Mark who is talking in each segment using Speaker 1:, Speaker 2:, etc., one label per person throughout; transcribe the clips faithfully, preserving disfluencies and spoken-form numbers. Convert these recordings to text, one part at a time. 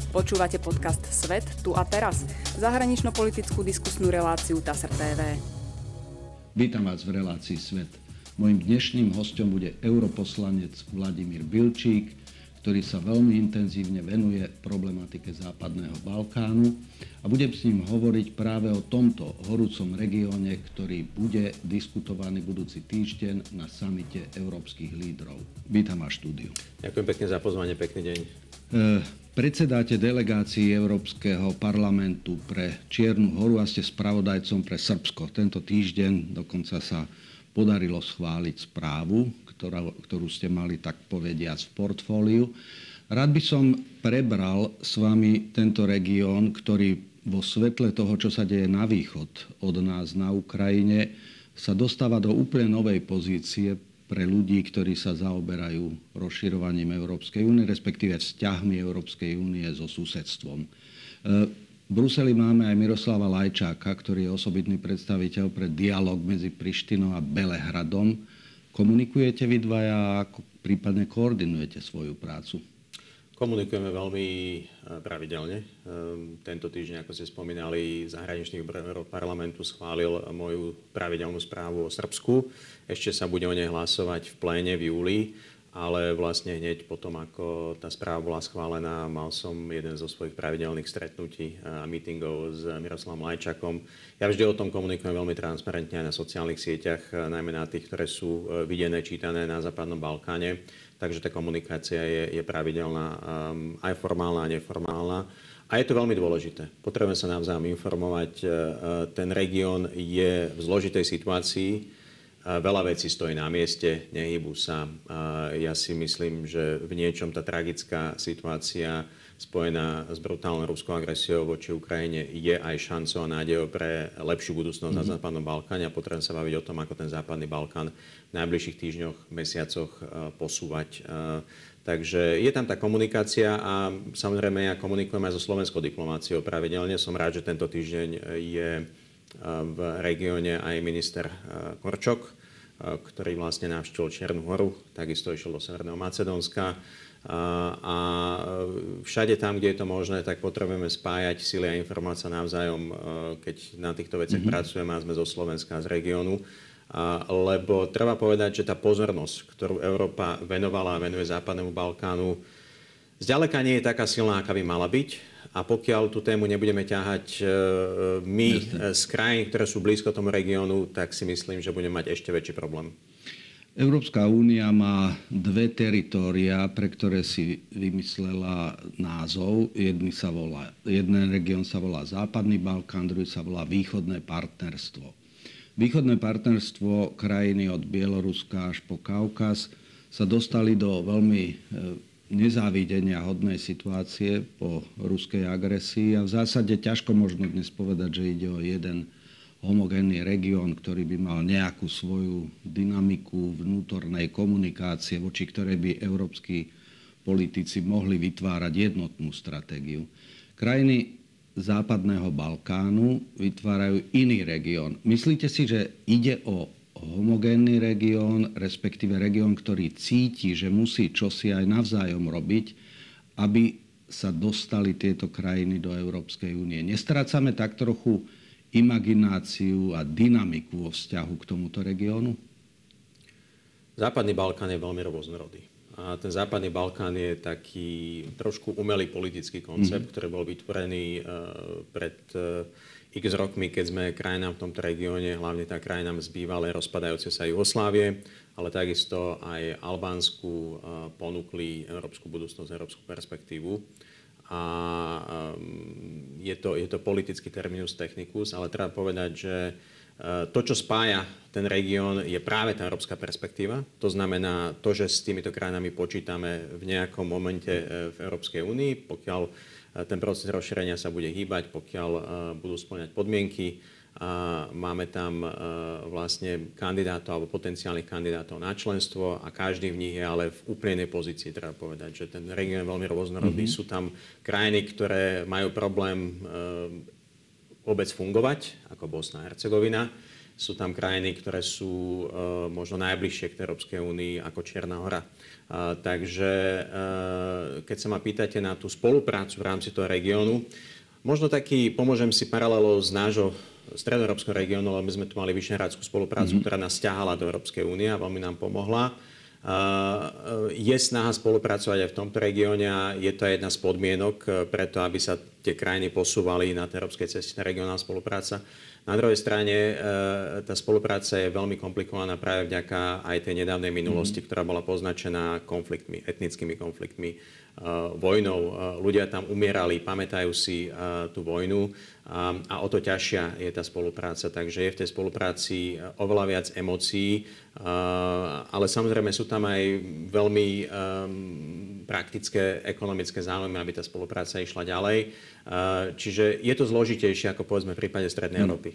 Speaker 1: Počúvate podcast Svet tu a teraz, zahranično-politickú diskusnú reláciu TASR té vé.
Speaker 2: Vítam vás v relácii Svet. Mojím dnešným hosťom bude europoslanec Vladimír Bilčík, ktorý sa veľmi intenzívne venuje problematike Západného Balkánu a budem s ním hovoriť práve o tomto horúcom regióne, ktorý bude diskutovaný budúci týždeň na samite európskych lídrov. Vítam vás v štúdiu.
Speaker 3: Ďakujem pekne za pozvanie, pekný deň.
Speaker 2: E, predsedáte delegácii Európskeho parlamentu pre Čiernu Horu a ste spravodajcom pre Srbsko. Tento týždeň dokonca sa podarilo schváliť správu, ktorá, ktorú ste mali tak povediac v portfóliu. Rád by som prebral s vami tento región, ktorý vo svetle toho, čo sa deje na východ od nás na Ukrajine, sa dostáva do úplne novej pozície pre ľudí, ktorí sa zaoberajú rozširovaním Európskej únie, respektíve vzťahmi Európskej únie so susedstvom. V Bruseli máme aj Miroslava Lajčáka, ktorý je osobitný predstaviteľ pre dialog medzi Prištinou a Belehradom. Komunikujete vy dvaja a ako prípadne koordinujete svoju prácu?
Speaker 3: Komunikujeme veľmi pravidelne. Tento týždeň, ako ste spomínali, zahraničný parlamentu schválil moju pravidelnú správu o Srbsku. Ešte sa bude o nej hlasovať v pléne v júli, ale vlastne hneď potom, ako tá správa bola schválená, mal som jeden zo svojich pravidelných stretnutí a meetingov s Miroslavom Lajčakom. Ja vždy o tom komunikujem veľmi transparentne aj na sociálnych sieťach, najmä na tých, ktoré sú videné, čítané na Západnom Balkáne. Takže tá komunikácia je, je pravidelná, um, aj formálna a neformálna. A je to veľmi dôležité. Potrebujeme sa navzájom informovať. Uh, ten región je v zložitej situácii. Uh, veľa vecí stojí na mieste, nehýbu sa. Uh, ja si myslím, že v niečom tá tragická situácia spojená s brutálnou ruskou agresiou voči Ukrajine je aj šancou a nádejou pre lepšiu budúcnosť mm-hmm. na Západnom Balkáne a potrebujeme sa baviť o tom, ako ten Západný Balkán v najbližších týždňoch, mesiacoch uh, posúvať. Uh, takže je tam tá komunikácia a samozrejme ja komunikujem aj so slovenskou diplomáciou pravidelne. Som rád, že tento týždeň je uh, v regióne aj minister uh, Korčok, uh, ktorý vlastne navštívil Čiernu Horu, takisto išiel do Severného Macedónska. A všade tam, kde je to možné, tak potrebujeme spájať sily a informovať sa navzájom, keď na týchto veciach mm-hmm. pracujeme a sme zo Slovenska a z regiónu. Lebo treba povedať, že tá pozornosť, ktorú Európa venovala a venuje Západnému Balkánu, zďaleka nie je taká silná, aká by mala byť. A pokiaľ tú tému nebudeme ťahať my z krajín, ktoré sú blízko tomu regiónu, tak si myslím, že budeme mať ešte väčší problém.
Speaker 2: Európska únia má dve teritória, pre ktoré si vymyslela názov. Jedný sa volá, jeden región sa volá Západný Balkán, druhý sa volá Východné partnerstvo. Východné partnerstvo, krajiny od Bieloruska až po Kaukaz, sa dostali do veľmi nezávidenia hodnej situácie po ruskej agresii a v zásade ťažko možno dnes povedať, že ide o jeden homogénny región, ktorý by mal nejakú svoju dynamiku vnútornej komunikácie, voči ktorej by európski politici mohli vytvárať jednotnú stratégiu. Krajiny Západného Balkánu vytvárajú iný región. Myslíte si, že ide o homogénny región, respektíve región, ktorý cíti, že musí čosi aj navzájom robiť, aby sa dostali tieto krajiny do Európskej únie? Nestrácame tak trochu imagináciu a dynamiku vo vzťahu k tomuto regiónu?
Speaker 3: Západný Balkán je veľmi rôznorodý. A ten Západný Balkán je taký trošku umelý politický koncept, mm. ktorý bol vytvorený uh, pred uh, x rokmi, keď sme krajinám v tomto regióne, hlavne tá krajinám z bývalej rozpadajúcej sa Jugoslávie, ale takisto aj Albánsku uh, ponúkli európsku budúcnosť, európsku perspektívu. A um, je to, je to politický terminus technicus, ale treba povedať, že uh, to, čo spája ten región, je práve tá európska perspektíva. To znamená to, že s týmito krajinami počítame v nejakom momente uh, v Európskej únii, pokiaľ uh, ten proces rozšírenia sa bude hýbať, pokiaľ uh, budú spĺňať podmienky. A máme tam uh, vlastne kandidátov alebo potenciálnych kandidátov na členstvo a každý v nich je ale v úplnej pozícii. Treba povedať, že ten región je veľmi rôznorodný. Mm-hmm. Sú tam krajiny, ktoré majú problém uh, vôbec fungovať, ako Bosna a Hercegovina. Sú tam krajiny, ktoré sú uh, možno najbližšie k Európskej únii, ako Čierna Hora. Takže keď sa ma pýtate na tú spoluprácu v rámci toho regiónu, možno taký, pomôžem si paralelou z nášho stredoeurópskeho regiónu, lebo my sme tu mali vyšehradskú spoluprácu, mm-hmm. ktorá nás ťahala do Európskej únie a veľmi nám pomohla. Je snaha spolupracovať aj v tomto regióne a je to jedna z podmienok preto, aby sa tie krajiny posúvali na tej európskej ceste, tá regionálna spolupráca. Na druhej strane tá spolupráca je veľmi komplikovaná práve vďaka aj tej nedávnej minulosti, mm-hmm. ktorá bola poznačená konfliktmi, etnickými konfliktmi, vojnou. Ľudia tam umierali, pamätajú si tú vojnu a o to ťažšia je tá spolupráca. Takže je v tej spolupráci oveľa viac emócií, ale samozrejme sú tam aj veľmi praktické, ekonomické záujmy, aby tá spolupráca išla ďalej. Čiže je to zložitejšie ako povedzme v prípade Strednej Európy.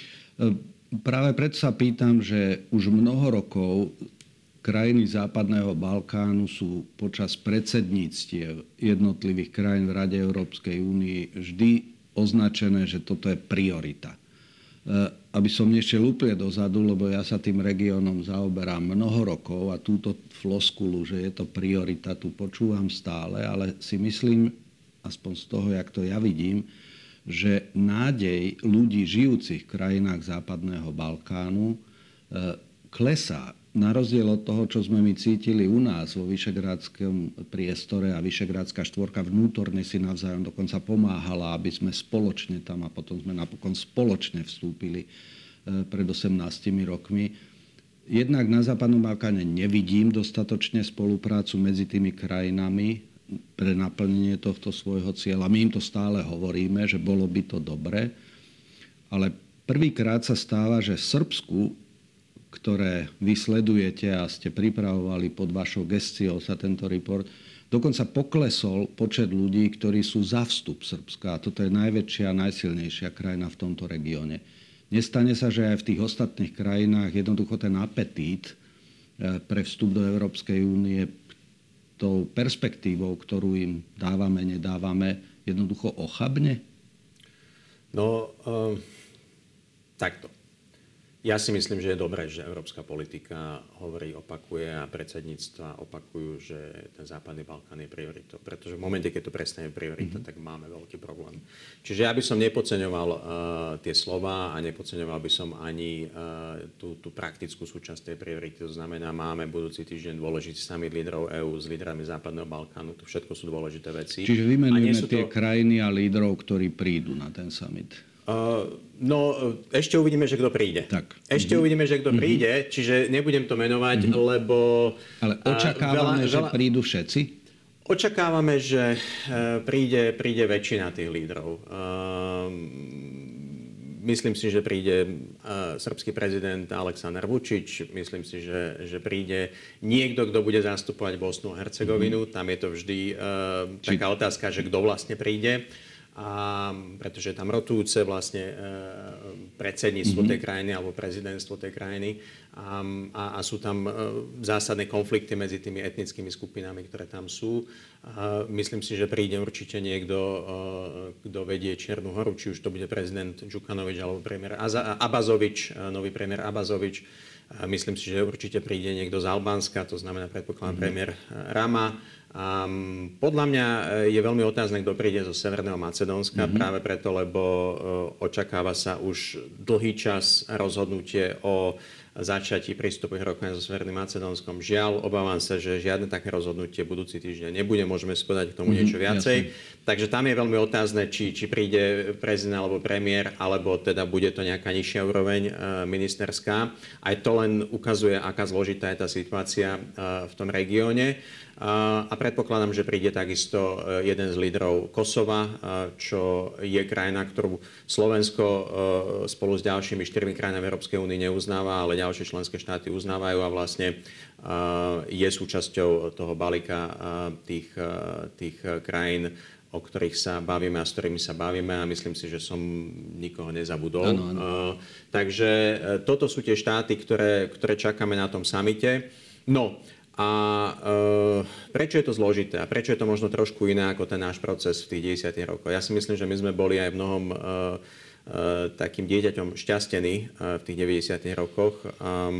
Speaker 2: Práve preto sa pýtam, že už mnoho rokov krajiny Západného Balkánu sú počas predsedníctiev jednotlivých krajín v Rade Európskej únie vždy označené, že toto je priorita. Aby som nešiel úplne dozadu, lebo ja sa tým regiónom zaoberám mnoho rokov a túto floskulu, že je to priorita, tu počúvam stále, ale si myslím, aspoň z toho, jak to ja vidím, že nádej ľudí žijúcich v krajinách Západného Balkánu klesá. Na rozdiel od toho, čo sme my cítili u nás vo Vyšehradskom priestore a Vyšehradská štvorka vnútorne si navzájom dokonca pomáhala, aby sme spoločne tam a potom sme napokon spoločne vstúpili pred osemnástimi rokmi. Jednak na Západnom Balkáne nevidím dostatočne spoluprácu medzi tými krajinami pre naplnenie tohto svojho cieľa. My im to stále hovoríme, že bolo by to dobre, ale prvýkrát sa stáva, že Srbsku, ktoré vy sledujete a ste pripravovali pod vašou gesciou sa tento report, dokonca poklesol počet ľudí, ktorí sú za vstup Srbska. A toto je najväčšia a najsilnejšia krajina v tomto regióne. Nestane sa, že aj v tých ostatných krajinách jednoducho ten apetít pre vstup do Európskej únie tou perspektívou, ktorú im dávame, nedávame, jednoducho ochabne?
Speaker 3: No, um, takto. Ja si myslím, že je dobré, že európska politika hovorí, opakuje a predsedníctva opakujú, že ten Západný Balkán je prioritou. Pretože v momente, keď to prestane priorita, mm-hmm. tak máme veľký problém. Čiže ja by som nepodceňoval uh, tie slova a nepodceňoval by som ani uh, tú, tú praktickú súčasť tej priority. To znamená, máme budúci týždeň dôležitý summit lídrov EÚ s lídrami Západného Balkánu. To všetko sú dôležité veci.
Speaker 2: Čiže vymenujeme tie to... krajiny a lídrov, ktorí prídu na ten summit.
Speaker 3: Uh, no, ešte uvidíme, že kto príde.
Speaker 2: Tak.
Speaker 3: Ešte mm-hmm. uvidíme, že kto mm-hmm. príde, čiže nebudem to menovať, mm-hmm. lebo...
Speaker 2: Ale očakávame, uh, veľa, že veľa... prídu všetci?
Speaker 3: Očakávame, že uh, príde, príde väčšina tých lídrov. Uh, myslím si, že príde uh, srbský prezident Aleksandar Vučić, myslím si, že, že príde niekto, kto bude zastupovať Bosnu a Hercegovinu. Mm-hmm. Tam je to vždy uh, Či... taká otázka, že kto vlastne príde. A pretože je tam rotujúce vlastne e, predsedníctvo mm-hmm. tej krajiny alebo prezidentstvo tej krajiny a, a, a sú tam e, zásadné konflikty medzi tými etnickými skupinami, ktoré tam sú. A myslím si, že príde určite niekto, e, kto vedie Čiernu Horu, či už to bude prezident Đukanović alebo premiér Abazović, nový premiér Abazović. A myslím si, že určite príde niekto z Albánska, to znamená predpokladám mm-hmm. premiér Rama. Um, podľa mňa je veľmi otázne, kto príde zo Severného Macedónska, mm-hmm. práve preto, lebo uh, očakáva sa už dlhý čas rozhodnutie o začatí prístupových rokovaní so Severným Macedónskom. Žiaľ, obávam sa, že žiadne také rozhodnutie budúci týždeň nebude. Môžeme si povedať k tomu mm-hmm, niečo viacej. Jasne. Takže tam je veľmi otázne, či, či príde prezident alebo premiér, alebo teda bude to nejaká nižšia úroveň uh, ministerská. Aj to len ukazuje, aká zložitá je tá situácia uh, v tom regióne. A predpokladám, že príde takisto jeden z lídrov Kosova, čo je krajina, ktorú Slovensko spolu s ďalšími štyrmi krajinami Európskej únie neuznáva, ale ďalšie členské štáty uznávajú a vlastne je súčasťou toho balíka tých, tých krajín, o ktorých sa bavíme a s ktorými sa bavíme a myslím si, že som nikoho nezabudol. Ano, ano. Takže toto sú tie štáty, ktoré, ktoré čakáme na tom samite. No, a e, prečo je to zložité a prečo je to možno trošku iné ako ten náš proces v tých deväťdesiatych rokoch? Ja si myslím, že my sme boli aj v mnohom e, e, takým dieťaťom šťastení e, v tých deväťdesiatych rokoch. E,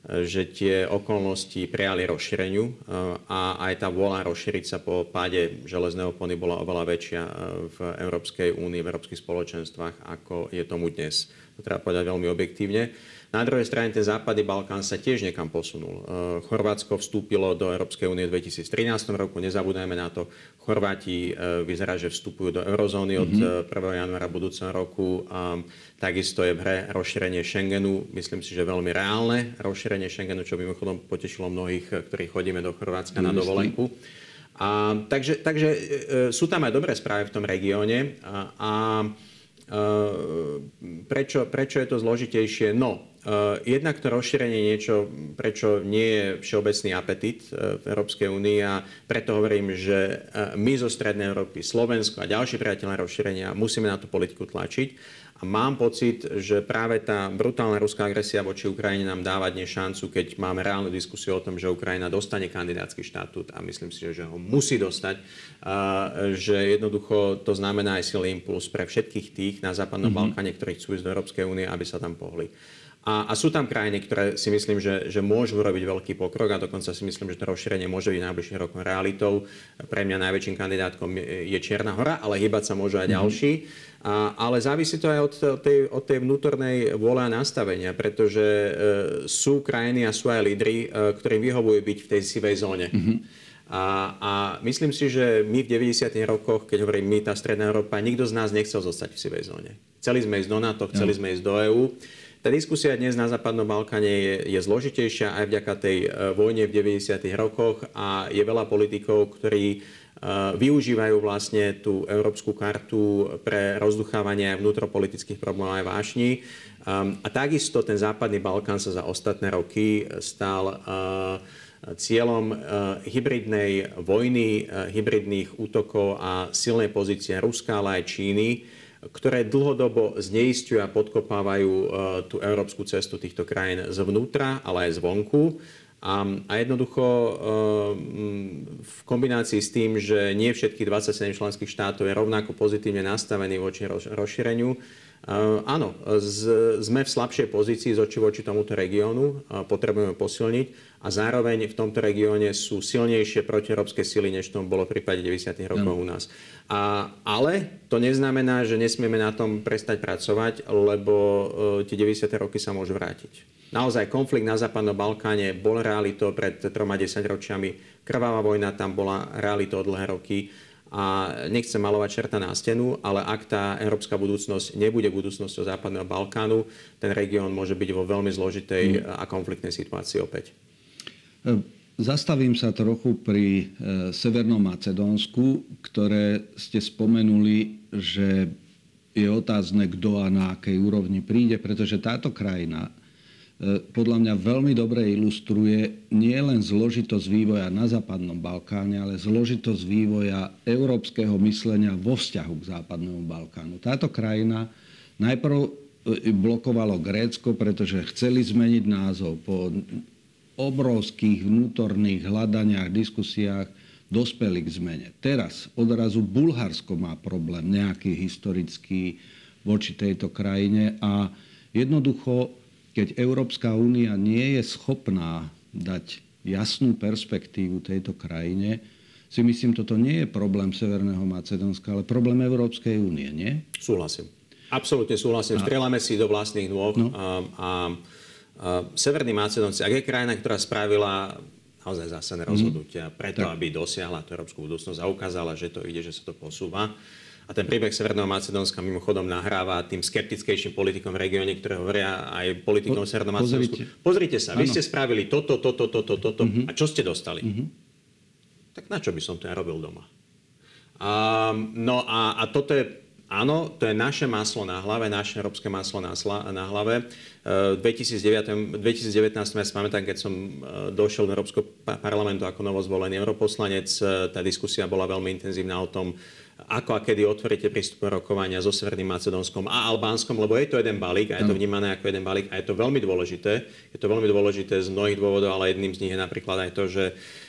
Speaker 3: že tie okolnosti prijali rozšíreniu a aj tá vôľa rozšíriť sa po páde železnej opony bola oveľa väčšia v Európskej únii, v európskych spoločenstvách, ako je tomu dnes. To treba povedať veľmi objektívne. Na druhej strane ten západný Balkán sa tiež niekam posunul. Chorvátsko vstúpilo do Európskej únie v dvetisíctrinásť roku, nezabúdajme na to. Chorváti vyzerá, že vstupujú do eurozóny od prvého januára budúceho roku. Takisto je v hre rozšírenie Schengenu. Myslím si, že veľmi reálne rozšírenie Schengenu, čo by mimochodom potešilo mnohých, ktorí chodíme do Chorvátska na dovolenku. A, takže, takže sú tam aj dobré správy v tom regióne. A, a prečo, prečo je to zložitejšie? No, Uh, jednak to rozšírenie je niečo, prečo nie je všeobecný apetit uh, v Európskej únii a preto hovorím, že uh, my zo Strednej Európy, Slovensko a ďalší priatelia rozšírenia musíme na tú politiku tlačiť. A mám pocit, že práve tá brutálna ruská agresia voči Ukrajine nám dáva dnes šancu, keď máme reálnu diskusiu o tom, že Ukrajina dostane kandidátsky štatút a myslím si, že ho musí dostať, uh, že jednoducho to znamená aj silný impuls pre všetkých tých na Západnom mm-hmm. Balkáne, ktorí chcú ísť do Európskej únie, aby sa tam pohli. A, a sú tam krajiny, ktoré si myslím, že, že môžu robiť veľký pokrok a dokonca si myslím, že to rozšírenie môže byť najbližším rokom realitou. Pre mňa najväčším kandidátkom je Čierna Hora, ale hýbať sa môžu aj ďalší. A, ale závisí to aj od tej, od tej vnútornej vôle a nastavenia, pretože e, sú krajiny a sú aj lídri, e, ktorým vyhovuje byť v tej sivej zóne. Mm-hmm. A, a myslím si, že my v deväťdesiatych rokoch, keď hovorím my, tá Stredná Európa, nikto z nás nechcel zostať v sivej zóne. Chceli sme ísť do NATO, chceli sme ísť do EÚ. Tá diskusia dnes na Západnom Balkáne je, je zložitejšia aj vďaka tej uh, vojne v deväťdesiatych rokoch a je veľa politikov, ktorí uh, využívajú vlastne tú európsku kartu pre rozduchávanie aj vnútropolitických problémov aj vášni. Um, a takisto ten Západný Balkán sa za ostatné roky stal uh, cieľom uh, hybridnej vojny, uh, hybridných útokov a silnej pozície Ruska, ale aj Číny, ktoré dlhodobo zneisťujú a podkopávajú uh, tú európsku cestu týchto krajín zvnútra, ale aj zvonku. A, a jednoducho uh, v kombinácii s tým, že nie všetkých dvadsaťsedem členských štátov je rovnako pozitívne nastavený voči roz, rozšíreniu, uh, áno, z, sme v slabšej pozícii z oči voči tomuto regiónu, uh, potrebujeme posilniť a zároveň v tomto regióne sú silnejšie protieurópske sily, než tomu bolo v prípade deväťdesiatych rokov u nás. A, ale to neznamená, že nesmieme na tom prestať pracovať, lebo uh, tie deväťdesiate roky sa môžu vrátiť. Naozaj konflikt na Západnom Balkáne bol realitou pred troma desaťročiami. Krvavá vojna tam bola realitou dlhé roky. A nechcem malovať čerta na stenu, ale ak tá európska budúcnosť nebude budúcnosťou Západného Balkánu, ten región môže byť vo veľmi zložitej a konfliktnej situácii opäť.
Speaker 2: Zastavím sa trochu pri e, Severnom Macedónsku, ktoré ste spomenuli, že je otázne, kto a na akej úrovni príde, pretože táto krajina e, podľa mňa veľmi dobre ilustruje nie len zložitosť vývoja na Západnom Balkáne, ale zložitosť vývoja európskeho myslenia vo vzťahu k Západnému Balkánu. Táto krajina najprv blokovalo Grécko, pretože chceli zmeniť názov. Po obrovských vnútorných hľadaniach, diskusiách dospeli k zmene. Teraz odrazu Bulharsko má problém nejaký historický voči tejto krajine a jednoducho, keď Európska únia nie je schopná dať jasnú perspektívu tejto krajine, si myslím, toto nie je problém Severného Macedónska, ale problém Európskej únie, nie?
Speaker 3: Súhlasím. Absolútne súhlasím. Strieľame si do vlastných nôh no. a, a Uh, Severní Macedónci, ak je krajina, ktorá spravila naozaj zásadné rozhodnutia preto, tak. aby dosiahla tú európsku budúcnosť a ukázala, že to ide, že sa to posúva. A ten príbeh Severného Macedónska mimochodom nahráva tým skeptickejším politikom v regióne, ktoré hovoria aj politikom po, Severného Macedónsku. Pozrite. Pozrite sa, ano. Vy ste spravili toto, toto, toto, toto uh-huh. a čo ste dostali? Uh-huh. Tak na čo by som to ja robil doma? Um, no a, a toto je áno, to je naše maslo na hlave, naše európske maslo na, sla, na hlave. V dvetisícdevätnásť ja si pamätám, keď som došiel do Európskeho parlamentu ako novozvolený europoslanec, tá diskusia bola veľmi intenzívna o tom, ako a kedy otvoríte prístupové rokovania so Severným Macedónskom a Albánskom, lebo je to jeden balík a je to vnímané ako jeden balík a je to veľmi dôležité. Je to veľmi dôležité z mnohých dôvodov, ale jedným z nich je napríklad aj to, že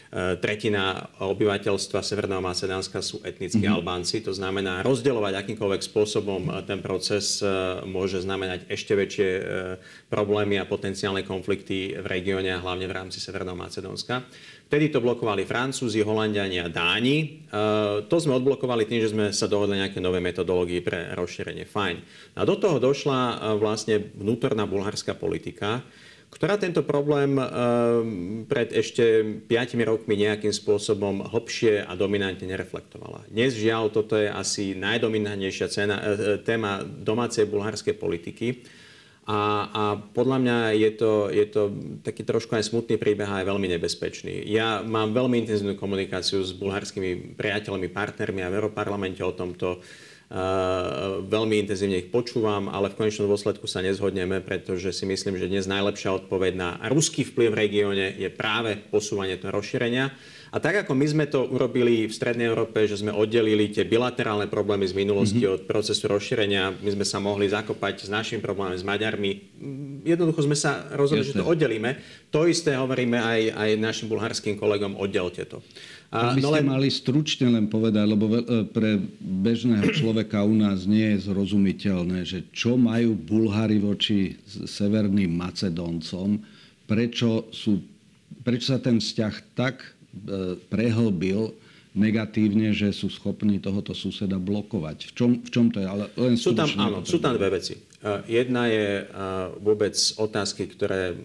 Speaker 3: tretina obyvateľstva Severného Macedónska sú etnickí mm-hmm. Albánci. To znamená, rozdeľovať akýmkoľvek spôsobom ten proces môže znamenať ešte väčšie problémy a potenciálne konflikty v regióne a hlavne v rámci Severného Macedónska. Vtedy to blokovali Francúzi, Holanďani a Dáni. To sme odblokovali tým, že sme sa dohodli nejaké nové metodológie pre rozšírenie. Fajn. A do toho došla vlastne vnútorná bulharská politika, ktorá tento problém pred ešte piatimi rokmi nejakým spôsobom hlbšie a dominantne nereflektovala. Dnes žiaľ, toto je asi najdominantnejšia cena, téma domácej bulharskej politiky. A, a podľa mňa je to, je to taký trošku aj smutný príbeh a aj veľmi nebezpečný. Ja mám veľmi intenzívnu komunikáciu s bulharskými priateľmi, partnermi a v Europarlamente o tomto. Uh, veľmi intenzívne ich počúvam, ale v konečnom dôsledku sa nezhodneme, pretože si myslím, že dnes najlepšia odpoveď na ruský vplyv v regióne je práve posúvanie toho rozšírenia. A tak ako my sme to urobili v Strednej Európe, že sme oddelili tie bilaterálne problémy z minulosti mm-hmm. od procesu rozšírenia, my sme sa mohli zakopať s našimi problémami, s Maďarmi. Jednoducho sme sa rozhodli, Jasne. že to oddelíme. To isté hovoríme aj, aj našim bulharským kolegom, oddelte to.
Speaker 2: A by ste no len... mali stručne len povedať, lebo pre bežného človeka u nás nie je zrozumiteľné, že čo majú Bulhári voči Severným Macedóncom, prečo, sú, prečo sa ten vzťah tak prehlbil negatívne, že sú schopní tohoto suseda blokovať. V čom, v čom to je? Ale len
Speaker 3: sú tam, áno, sú tam dve veci. Jedna je vôbec otázky, ktoré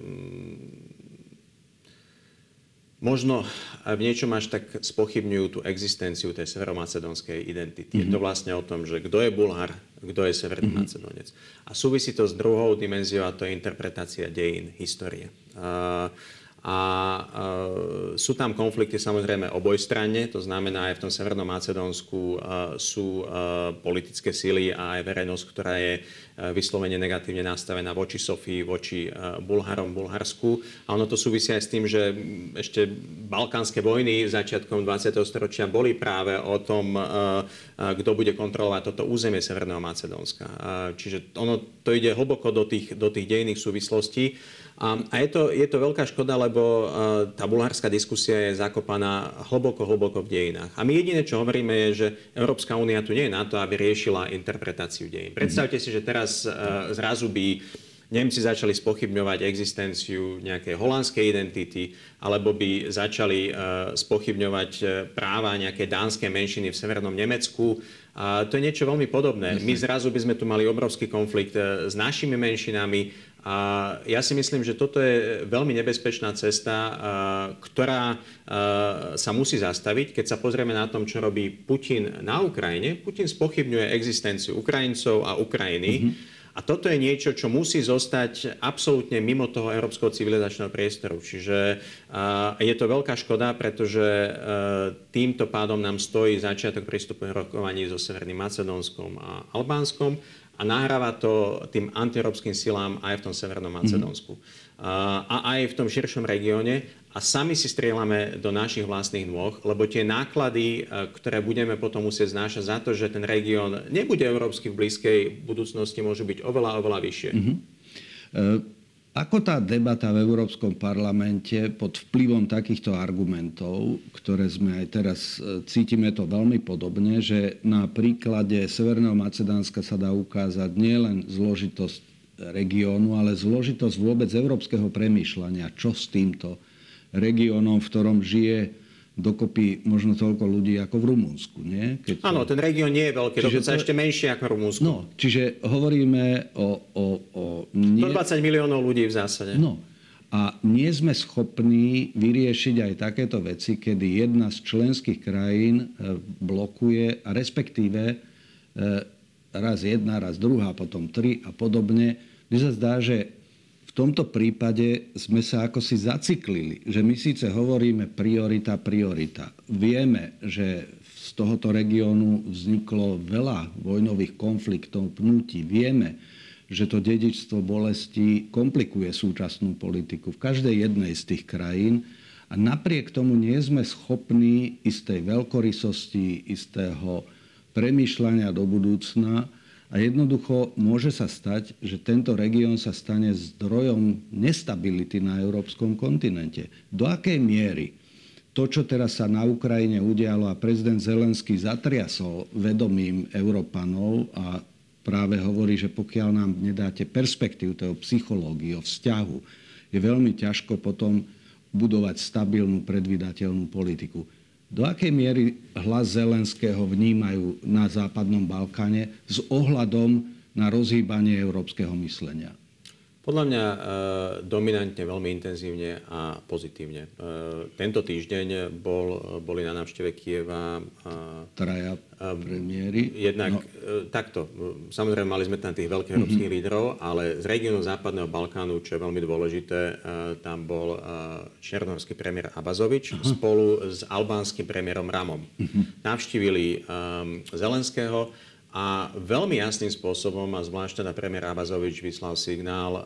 Speaker 3: možno v niečom až tak spochybňujú tú existenciu tej severomacedónskej identity. Mm-hmm. Je to vlastne o tom, že kto je Bulhar, kto je Severný mm-hmm. Macedónec. A súvisí to s druhou dimenziou, a to je interpretácia dejín, histórie. Uh, A e, sú tam konflikty samozrejme obojstranne, to znamená aj v tom Severnom Macedónsku e, sú e, politické síly a aj verejnosť, ktorá je e, vyslovene negatívne nastavená voči Sofii, voči e, Bulharom, Bulharsku. A ono to súvisí aj s tým, že ešte balkánske vojny začiatkom dvadsiateho storočia boli práve o tom, e, e, kto bude kontrolovať toto územie Severného Macedónska. E, čiže ono to ide hlboko do tých, do tých dejinných súvislostí. A je to, je to veľká škoda, lebo tá bulharská diskusia je zakopaná hlboko, hlboko v dejinách. A my jediné, čo hovoríme, je, že Európska únia tu nie je na to, aby riešila interpretáciu dejín. Predstavte si, že teraz zrazu by Nemci začali spochybňovať existenciu nejakej holandskej identity, alebo by začali spochybňovať práva nejakej dánskej menšiny v severnom Nemecku. A to je niečo veľmi podobné. My zrazu by sme tu mali obrovský konflikt s našimi menšinami. A ja si myslím, že toto je veľmi nebezpečná cesta, ktorá sa musí zastaviť. Keď sa pozrieme na tom, čo robí Putin na Ukrajine, Putin spochybňuje existenciu Ukrajincov a Ukrajiny. Mm-hmm. A toto je niečo, čo musí zostať absolútne mimo toho európskeho civilizačného priestoru. Čiže uh, je to veľká škoda, pretože uh, týmto pádom nám stojí začiatok prístupových rokovaní so Severným Macedónskom a Albánskom a nahráva to tým antieurópskym silám aj v tom Severnom Macedónsku. Mm-hmm. Uh, a aj v tom širšom regióne. A sami si strieľame do našich vlastných nôh, lebo tie náklady, ktoré budeme potom musieť znášať za to, že ten región nebude európsky v blízkej budúcnosti, môžu byť oveľa, oveľa vyššie. Uh-huh.
Speaker 2: E, ako tá debata v Európskom parlamente pod vplyvom takýchto argumentov, ktoré sme aj teraz cítime to veľmi podobne, že na príklade Severného Macedónska sa dá ukázať nielen zložitosť regiónu, ale zložitosť vôbec európskeho premýšľania, čo s týmto regiónom, v ktorom žije dokopy možno toľko ľudí ako v Rumunsku. Nie? Keď
Speaker 3: Áno, to... ten región nie je veľký, čiže dokonca to... ešte menšie ako Rumunsku.
Speaker 2: No, čiže hovoríme o... o, o nie...
Speaker 3: stodvadsať miliónov ľudí v zásade.
Speaker 2: No, a nie sme schopní vyriešiť aj takéto veci, kedy jedna z členských krajín blokuje, a respektíve raz jedna, raz druhá, potom tri a podobne. Mne sa zdá, že v tomto prípade sme sa ako si zaciklili, že my síce hovoríme priorita, priorita. Vieme, že z tohoto regiónu vzniklo veľa vojnových konfliktov, pnutí. Vieme, že to dedičstvo bolesti komplikuje súčasnú politiku v každej jednej z tých krajín a napriek tomu nie sme schopní istej veľkorysosti, istého premýšľania do budúcna. A jednoducho môže sa stať, že tento región sa stane zdrojom nestability na európskom kontinente. Do akej miery to, čo teraz sa na Ukrajine udialo a prezident Zelenský zatriasol vedomím Európanov a práve hovorí, že pokiaľ nám nedáte perspektívu toho psychológiu, vzťahu, je veľmi ťažko potom budovať stabilnú, predvídateľnú politiku. Do akej miery hlas Zelenského vnímajú na Západnom Balkáne s ohľadom na rozhýbanie európskeho myslenia?
Speaker 3: Podľa mňa e, dominantne, veľmi intenzívne a pozitívne. E, tento týždeň bol, boli na návšteve Kyjeva e,
Speaker 2: traja premiéry.
Speaker 3: Jednak
Speaker 2: no.
Speaker 3: e, takto. Samozrejme, mali sme tam tých veľkých európskych mm-hmm. lídrov, ale z regiónu Západného Balkánu, čo je veľmi dôležité, e, tam bol e, černohorský premiér Abazovič Aha. spolu s albánskym premiérom Ramom. Mm-hmm. Navštívili e, Zelenského. A veľmi jasným spôsobom, a zvlášť teda premiér Abazovič vyslal signál,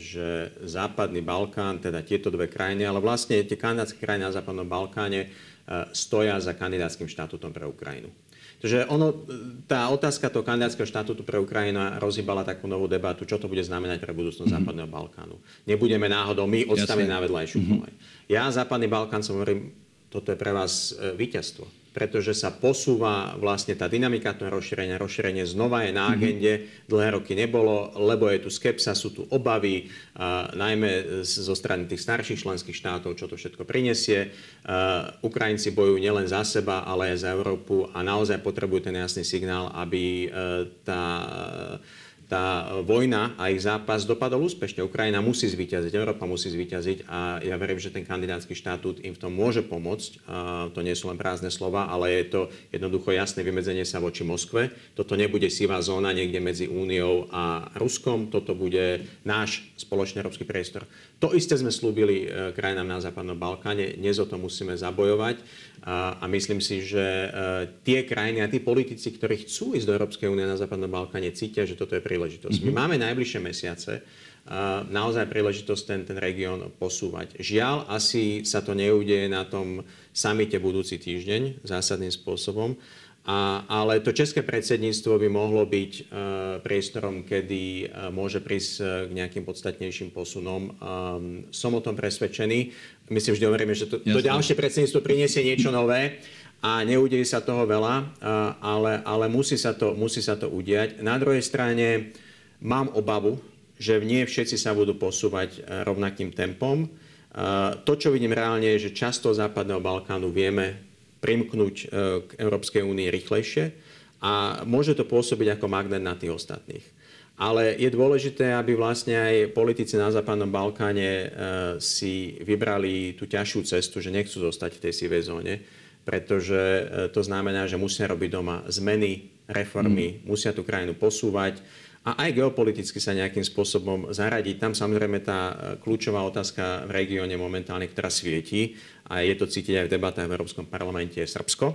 Speaker 3: že Západný Balkán, teda tieto dve krajiny, ale vlastne tie kandidátske krajiny na Západnom Balkáne stoja za kandidátskym štatútom pre Ukrajinu. Takže ono, tá otázka toho kandidátskeho štatútu pre Ukrajinu rozhýbala takú novú debatu, čo to bude znamenať pre budúcnosť mm-hmm. Západného Balkánu. Nebudeme náhodou my odstaviť na vedľajšiu kolej. Mm-hmm. Ja Západný Balkán som hovorím, toto je pre vás víťazstvo, pretože sa posúva vlastne tá dynamika toho rozšírenia. Rozšírenie znova je na agende, dlhé roky nebolo, lebo je tu skepsa, sú tu obavy, uh, najmä zo strany tých starších členských štátov, čo to všetko prinesie. Uh, Ukrajinci bojujú nielen za seba, ale aj za Európu a naozaj potrebujú ten jasný signál, aby uh, tá... Uh, tá vojna a ich zápas dopadol úspešne. Ukrajina musí zvíťaziť, Európa musí zvíťaziť a ja verím, že ten kandidátsky štatút im v tom môže pomôcť. A to nie sú len prázdne slova, ale je to jednoducho jasné vymedzenie sa voči Moskve. Toto nebude sivá zóna niekde medzi Úniou a Ruskom, toto bude náš spoločný európsky priestor. To isté sme slúbili krajinám na Západnom Balkáne, dnes o to musíme zabojovať a, a myslím si, že tie krajiny a tí politici, ktorí chcú ísť do Európskej únie na Západnom Balkáne, cítia, že toto je príležitosť. Mm-hmm. My máme najbližšie mesiace uh, naozaj príležitosť ten, ten región posúvať. Žiaľ, asi sa to neudeje na tom samite budúci týždeň zásadným spôsobom, a, ale to české predsedníctvo by mohlo byť uh, priestorom, kedy uh, môže prísť uh, k nejakým podstatnejším posunom. Um, som o tom presvedčený. My si vždy hovoríme, že to, to ďalšie predsedníctvo priniesie niečo nové. A neudeje sa toho veľa, ale, ale musí, sa to, musí sa to udiať. Na druhej strane mám obavu, že nie všetci sa budú posúvať rovnakým tempom. To, čo vidím reálne, je, že často Západného Balkánu vieme primknúť k Európskej únii rýchlejšie a môže to pôsobiť ako magnet na tých ostatných. Ale je dôležité, aby vlastne aj politici na Západnom Balkáne si vybrali tú ťažšiu cestu, že nechcú zostať v tej sivej zóne, pretože to znamená, že musia robiť doma zmeny, reformy, mm. musia tú krajinu posúvať a aj geopoliticky sa nejakým spôsobom zaradiť. Tam samozrejme tá kľúčová otázka v regióne momentálne, ktorá svieti, a je to cítiť aj v debatách v Európskom parlamente, je Srbsko,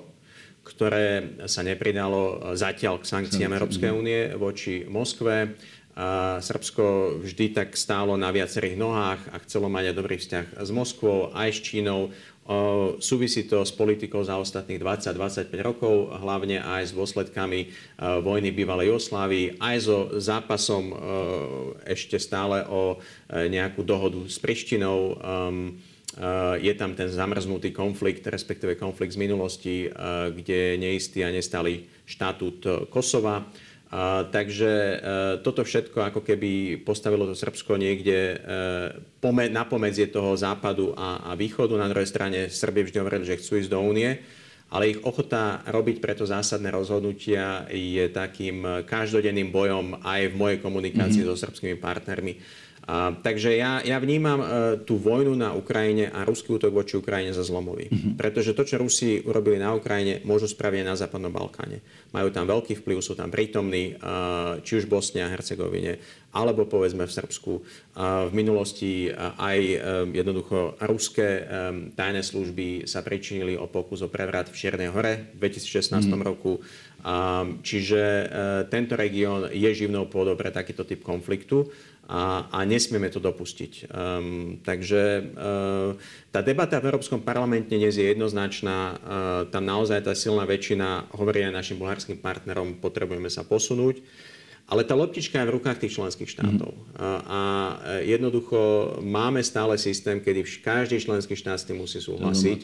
Speaker 3: ktoré sa nepridalo zatiaľ k sankciám Európskej únie voči Moskve. A Srbsko vždy tak stálo na viacerých nohách a chcelo mať aj dobrý vzťah s Moskvou, aj s Čínou. O, súvisí to s politikou za ostatných dvadsať až dvadsaťpäť rokov, hlavne aj s dôsledkami o, vojny bývalej Jugoslávii, aj so zápasom o, ešte stále o e, nejakú dohodu s Prištinou. Um, uh, je tam ten zamrznutý konflikt, respektíve konflikt z minulosti, uh, kde je neistý a nestály štatút Kosova. Uh, takže uh, toto všetko ako keby postavilo to Srbsko niekde uh, pome- na pomedzie toho západu a, a východu. Na druhej strane Srbi vždy hovorili, že chcú ísť do únie, ale ich ochota robiť preto zásadné rozhodnutia je takým každodenným bojom aj v mojej komunikácii mm-hmm. so srbskými partnermi. A, takže ja, ja vnímam uh, tú vojnu na Ukrajine a ruský útok voči Ukrajine za zlomový. Mm-hmm. Pretože to, čo Rusi urobili na Ukrajine, môžu spraviť na Západnom Balkáne. Majú tam veľký vplyv, sú tam prítomní, uh, či už v Bosne a Hercegovine, alebo povedzme v Srbsku. Uh, v minulosti uh, aj uh, jednoducho ruské um, tajné služby sa pričinili o pokus o prevrat v Čiernej Hore v dvetisícšestnástom mm-hmm. roku. Um, čiže uh, tento región je živnou pôdou pre takýto typ konfliktu. A, a nesmieme to dopustiť. Um, takže uh, tá debata v Európskom parlamente dnes je jednoznačná. Uh, tam naozaj tá silná väčšina hovorí aj našim bulharským partnerom, potrebujeme sa posunúť. Ale tá loptička je v rukách tých členských štátov. Mm. A, a jednoducho máme stále systém, kedy každý členský štát s tým musí súhlasiť.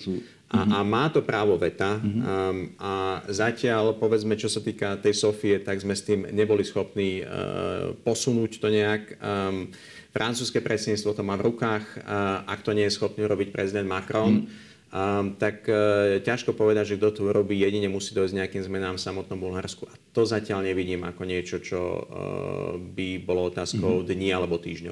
Speaker 3: A, a má to právo veta mm-hmm. um, a zatiaľ, povedzme, čo sa týka tej Sofie, tak sme s tým neboli schopní uh, posunúť to nejak. Um, francúzske predsedníctvo to má v rukách, uh, ak to nie je schopný robiť prezident Macron, mm. Um, tak uh, ťažko povedať, že kto to robí, jedine musí dojsť nejakým zmenám v samotnom Bulharsku. A to zatiaľ nevidím ako niečo, čo uh, by bolo otázkou mm-hmm. dní alebo týždňov.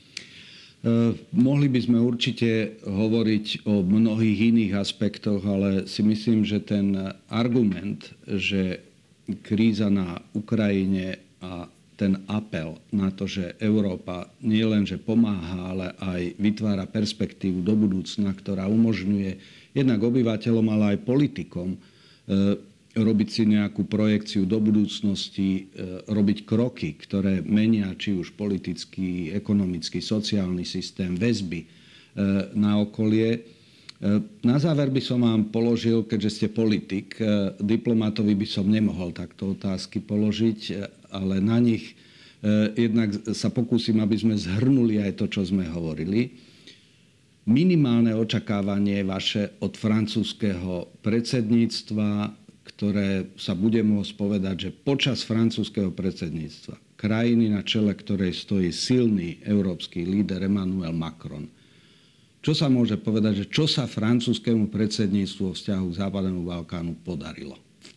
Speaker 2: Uh, mohli by sme určite hovoriť o mnohých iných aspektoch, ale si myslím, že ten argument, že kríza na Ukrajine a ten apel na to, že Európa nie len, že pomáha, ale aj vytvára perspektívu do budúcna, ktorá umožňuje jednak obyvateľom, ale aj politikom e, robiť si nejakú projekciu do budúcnosti, e, robiť kroky, ktoré menia či už politický, ekonomický, sociálny systém, väzby e, na okolie. E, na záver by som vám položil, keďže ste politik, e, diplomatovi by som nemohol takto otázky položiť, e, ale na nich e, jednak sa pokúsim, aby sme zhrnuli aj to, čo sme hovorili. Minimálne očakávanie vaše od francúzskeho predsedníctva, ktoré sa bude môcť povedať, že počas francúzskeho predsedníctva krajiny, na čele ktorej stojí silný európsky líder Emmanuel Macron, čo sa môže povedať, že čo sa francúzskému predsedníctvu vo vzťahu k Západnému Balkánu podarilo?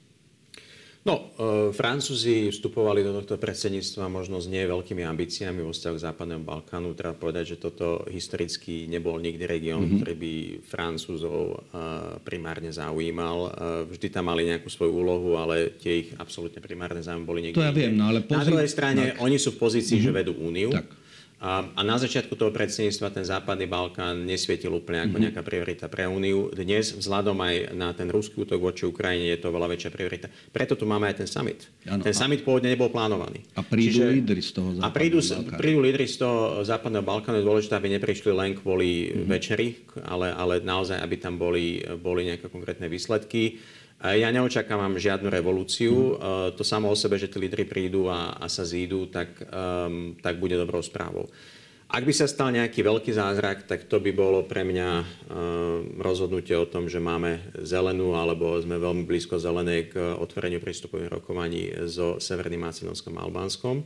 Speaker 3: No, e, Francúzi vstupovali do tohto predsedníctva možno s nie veľkými ambíciami vo vzťahu k Západnému Balkánu. Treba povedať, že toto historicky nebol nikdy región, mm-hmm. ktorý by Francúzov e, primárne zaujímal. E, vždy tam mali nejakú svoju úlohu, ale tie ich absolútne primárne záujmy boli niekde.
Speaker 2: To ja viem, no ale pozri...
Speaker 3: Na druhej strane,
Speaker 2: tak.
Speaker 3: oni sú v pozícii, mm-hmm. že vedú úniu.
Speaker 2: Tak.
Speaker 3: A, a na začiatku toho predsedníctva ten Západný Balkán nesvietil úplne ako nejaká priorita pre Úniu. Dnes, vzhľadom aj na ten ruský útok voči Ukrajine, je to veľa väčšia priorita. Preto tu máme aj ten summit. Ano, ten a... summit pôvodne nebol plánovaný.
Speaker 2: A prídu Čiže... lídri z toho Západného
Speaker 3: A prídu,
Speaker 2: Balkánu.
Speaker 3: prídu lídri z toho Západného Balkánu. Je dôležité, aby neprišli len kvôli mm-hmm. večeri, ale, ale naozaj, aby tam boli, boli nejaké konkrétne výsledky. Ja neočakávam žiadnu revolúciu. Mm. To samo o sebe, že tí lídri prídu a, a sa zídu, tak, um, tak bude dobrou správou. Ak by sa stal nejaký veľký zázrak, tak to by bolo pre mňa um, rozhodnutie o tom, že máme zelenú, alebo sme veľmi blízko zelenej k otvoreniu prístupových rokovaní so Severným Macedónskom a Albánskom.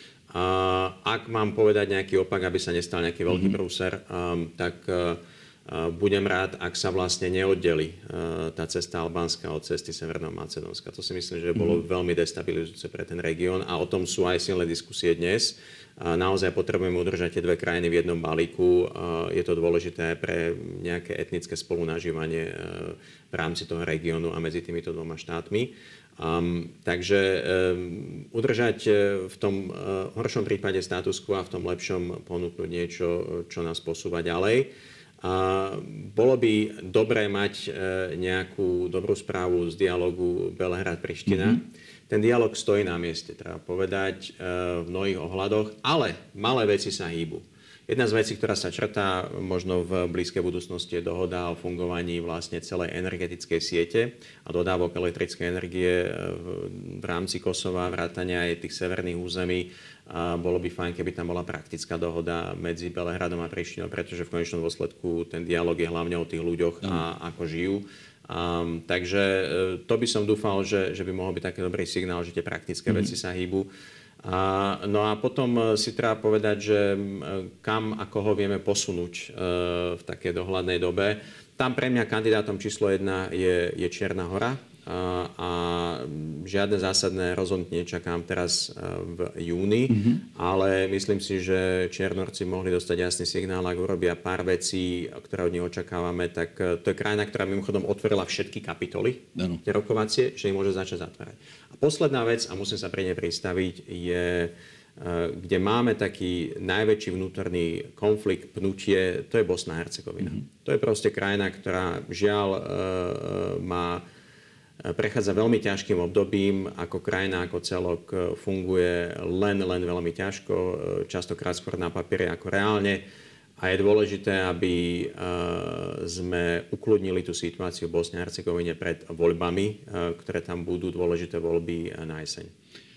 Speaker 3: Uh, ak mám povedať nejaký opak, aby sa nestal nejaký veľký mm-hmm. prúser, um, tak... Uh, budem rád, ak sa vlastne neoddeli tá cesta Albánska od cesty Severného Macedónska. To si myslím, že bolo veľmi destabilizujúce pre ten región a o tom sú aj silné diskusie dnes. Naozaj potrebujeme udržať tie dve krajiny v jednom balíku. Je to dôležité pre nejaké etnické spolunažívanie v rámci toho regiónu a medzi týmito dvoma štátmi. Um, takže um, udržať v tom uh, horšom prípade status quo a v tom lepšom ponúknuť niečo, čo nás posúva ďalej. A bolo by dobré mať nejakú dobrú správu z dialogu Belehrad-Priština. Mm-hmm. Ten dialog stojí na mieste, treba povedať, v mnohých ohľadoch, ale malé veci sa hýbu. Jedna z vecí, ktorá sa črtá možno v blízkej budúcnosti, je dohoda o fungovaní vlastne celej energetickej siete a dodávok elektrickej energie v rámci Kosova, vrátania aj tých severných území. A bolo by fajn, keby tam bola praktická dohoda medzi Belehradom a Prištinou, pretože v konečnom dôsledku ten dialog je hlavne o tých ľuďoch a ako žijú. Um, takže to by som dúfal, že, že by mohol byť taký dobrý signál, že tie praktické mm-hmm. veci sa hýbu. A, no a potom si treba povedať, že kam a koho vieme posunúť e, v takej dohľadnej dobe. Tam pre mňa kandidátom číslo jedna je, je Čierna Hora. A, a žiadne zásadné rozhodnutie nečakám teraz v júni, mm-hmm. ale myslím si, že Čiernorci mohli dostať jasný signál, ak urobia pár vecí, ktoré od nich očakávame, tak to je krajina, ktorá mimochodom otvorila všetky kapitoly, ano. Tie rokovacie, že ich môže začať zatvárať. A posledná vec, a musím sa pre ne pristaviť, je, kde máme taký najväčší vnútorný konflikt, pnutie, to je Bosna a Hercegovina. Mm-hmm. To je proste krajina, ktorá žiaľ má prechádza veľmi ťažkým obdobím, ako krajina, ako celok funguje len, len veľmi ťažko, častokrát skôr na papieri ako reálne. A je dôležité, aby sme ukludnili tú situáciu v Bosne a Hercegovine pred voľbami, ktoré tam budú dôležité voľby na jeseň.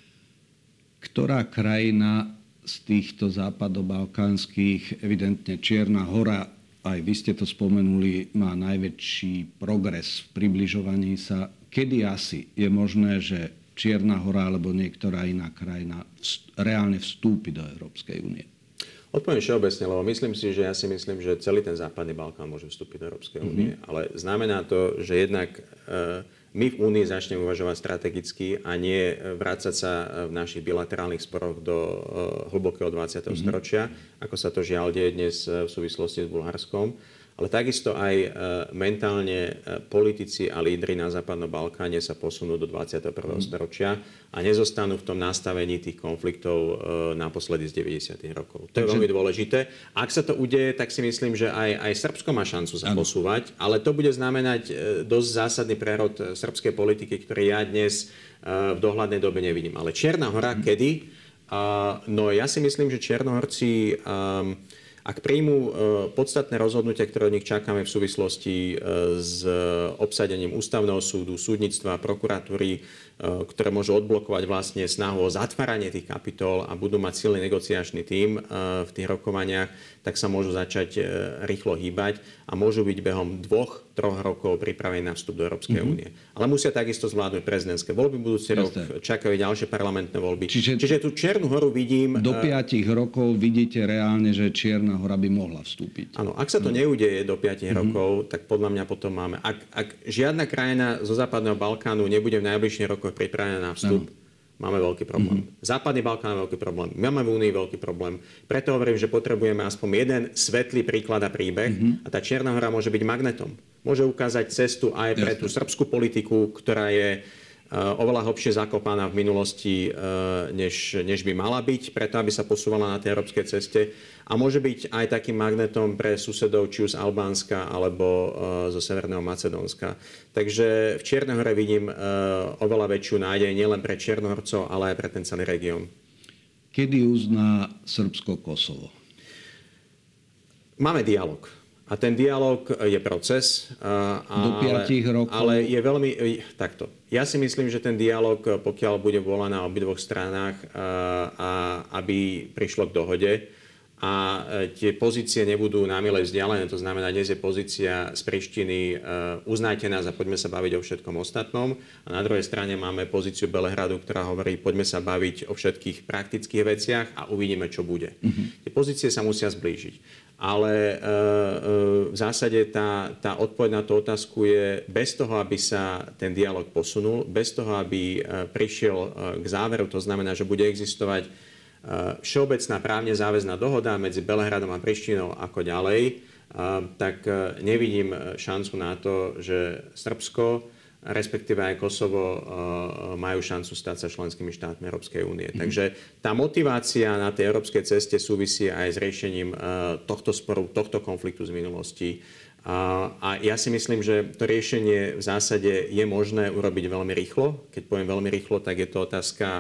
Speaker 2: Ktorá krajina z týchto západobalkánskych, evidentne Čierna Hora aj vy ste to spomenuli, má najväčší progres v približovaní sa. Kedy asi je možné, že Čierna Hora alebo niektorá iná krajina vst- reálne vstúpi do Európskej únie?
Speaker 3: Odpoviem všeobecne, lebo myslím si, že ja si myslím, že celý ten západný Balkán môže vstúpiť do Európskej únie. Mm-hmm. Ale znamená to, že jednak e, my v únii začneme uvažovať strategicky a nie vrácať sa v našich bilaterálnych sporoch do e, hlbokého dvadsiateho Mm-hmm. storočia, ako sa to žiaľ deje dnes v súvislosti s Bulharskom. Ale takisto aj e, mentálne e, politici a lídri na Západnom Balkáne sa posunú do dvadsiateho prvého Mm-hmm. storočia a nezostanú v tom nastavení tých konfliktov e, naposledy z deväťdesiatych rokov. To je veľmi dôležité. Ak sa to udeje, tak si myslím, že aj, aj Srbsko má šancu sa ano. posúvať, ale to bude znamenať e, dosť zásadný prerod srbskej politiky, ktorý ja dnes e, v dohľadnej dobe nevidím. Ale Čierna Hora, mm-hmm. kedy? Uh, no ja si myslím, že Čiernohorci... Um, Ak príjmú podstatné rozhodnutia, ktoré od nich čakáme v súvislosti s obsadením ústavného súdu, súdnictva, prokuratúry, ktoré môžu odblokovať vlastne snahu o zatváranie tých kapitol a budú mať silný negociačný tím v tých rokovaniach, tak sa môžu začať rýchlo hýbať a môžu byť behom dvoch, troch rokov pripravení na vstup do Európskej mm-hmm. únie. Ale musia takisto zvládnuť prezidentské voľby budúci rok, čakajú ďalšie parlamentné voľby. Čiže, Čiže tú Čiernu Horu vidím...
Speaker 2: Do piatich rokov vidíte reálne, že Čierna Hora by mohla vstúpiť.
Speaker 3: Áno, ak sa to neudeje do piatich mm-hmm. rokov, tak podľa mňa potom máme... Ak, ak žiadna krajina zo Západného Balkánu nebude v najbližších rokoch pripravená na vstup, ano. máme veľký problém. Mm-hmm. Západný Balkán má veľký problém. My máme v Únii veľký problém. Preto hovorím, že potrebujeme aspoň jeden svetlý príklad a príbeh mm-hmm. a tá Čierna Hora môže byť magnetom. Môže ukázať cestu aj pre Jasne. tú srbskú politiku, ktorá je oveľa hlbšie zakopaná v minulosti, než, než by mala byť, preto aby sa posúvala na tej európskej ceste. A môže byť aj takým magnetom pre susedov, či už z Albánska, alebo zo Severného Macedónska. Takže v Čiernej Hore vidím oveľa väčšiu nádej nielen pre Čiernohorcov, ale aj pre ten celý región.
Speaker 2: Kedy uzná Srbsko Kosovo?
Speaker 3: Máme dialog. A ten dialog je proces.
Speaker 2: Do piatich rokov?
Speaker 3: Ale je veľmi... Takto. Ja si myslím, že ten dialog, pokiaľ bude vôľa na obidvoch stranách, a aby prišlo k dohode a tie pozície nebudú námile vzdialené, to znamená, dnes je pozícia z Prištiny, uznajte nás a poďme sa baviť o všetkom ostatnom. A na druhej strane máme pozíciu Belehradu, ktorá hovorí, poďme sa baviť o všetkých praktických veciach a uvidíme, čo bude. Mm-hmm. Tie pozície sa musia zblížiť. Ale e, e, v zásade tá, tá odpoveď na tú otázku je bez toho, aby sa ten dialog posunul, bez toho, aby e, prišiel e, k záveru, to znamená, že bude existovať e, všeobecná právne záväzná dohoda medzi Belehradom a Prištinou ako ďalej, e, tak e, nevidím šancu na to, že Srbsko, respektíve aj Kosovo majú šancu stať sa členskými štátmi Európskej únie. Mm-hmm. Takže tá motivácia na tej európskej ceste súvisí aj s riešením tohto sporu, tohto konfliktu z minulosti. A ja si myslím, že to riešenie v zásade je možné urobiť veľmi rýchlo. Keď poviem veľmi rýchlo, tak je to otázka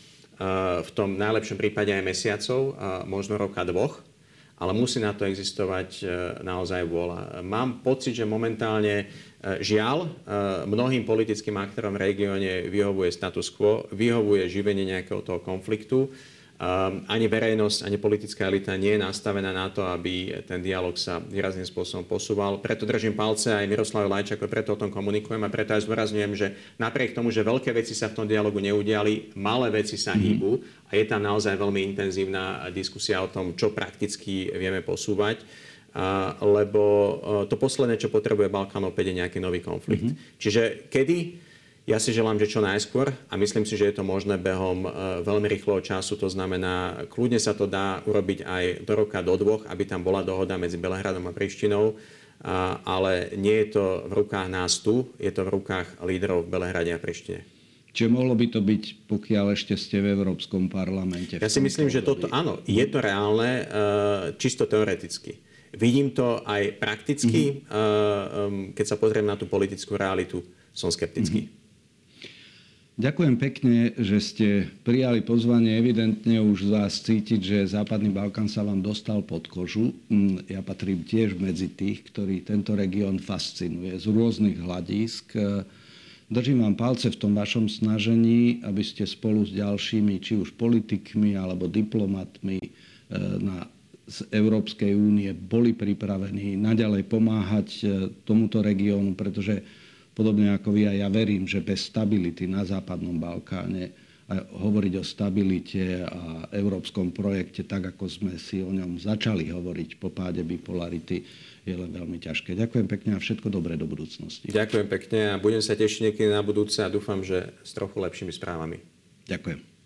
Speaker 3: v tom najlepšom prípade aj mesiacov, možno roka dvoch. Ale musí na to existovať naozaj vôľa. Mám pocit, že momentálne žiaľ mnohým politickým aktérom v regióne vyhovuje status quo, vyhovuje živenie nejakého toho konfliktu. Ani verejnosť, ani politická elita nie je nastavená na to, aby ten dialog sa výrazným spôsobom posúval. Preto držím palce aj Miroslave Lajčákovi, preto o tom komunikujem a preto aj zdôrazňujem, že napriek tomu, že veľké veci sa v tom dialogu neudiali, malé veci sa mm-hmm. hýbu a je tam naozaj veľmi intenzívna diskusia o tom, čo prakticky vieme posúvať. A, lebo to posledné, čo potrebuje Balkán, opäť je nejaký nový konflikt. Mm-hmm. Čiže kedy? Ja si želám, že čo najskôr a myslím si, že je to možné behom veľmi rýchleho času. To znamená, kľudne sa to dá urobiť aj do roka, do dvoch, aby tam bola dohoda medzi Belehradom a Prištinou, a, ale nie je to v rukách nás tu, je to v rukách líderov v Belehrade a Prištine.
Speaker 2: Čiže mohlo by to byť, pokiaľ ešte ste v Európskom parlamente?
Speaker 3: Ja si myslím, že toto, áno, je to reálne, čisto teoreticky. Vidím to aj prakticky, mm-hmm. keď sa pozriem na tú politickú realitu, som skeptický. Mm-hmm.
Speaker 2: Ďakujem pekne, že ste prijali pozvanie. Evidentne už z vás cítiť, že Západný Balkán sa vám dostal pod kožu. Ja patrím tiež medzi tých, ktorí tento región fascinuje z rôznych hľadísk. Držím vám palce v tom vašom snažení, aby ste spolu s ďalšími, či už politikmi alebo diplomatmi na z Európskej únie boli pripravení naďalej pomáhať tomuto regiónu, pretože podobne ako vy, a ja verím, že bez stability na Západnom Balkáne a hovoriť o stabilite a európskom projekte, tak ako sme si o ňom začali hovoriť po páde bipolarity, je len veľmi ťažké. Ďakujem pekne a všetko dobré do budúcnosti.
Speaker 3: Ďakujem pekne a budem sa tešiť niekedy na budúce a dúfam, že s trochu lepšími správami.
Speaker 2: Ďakujem.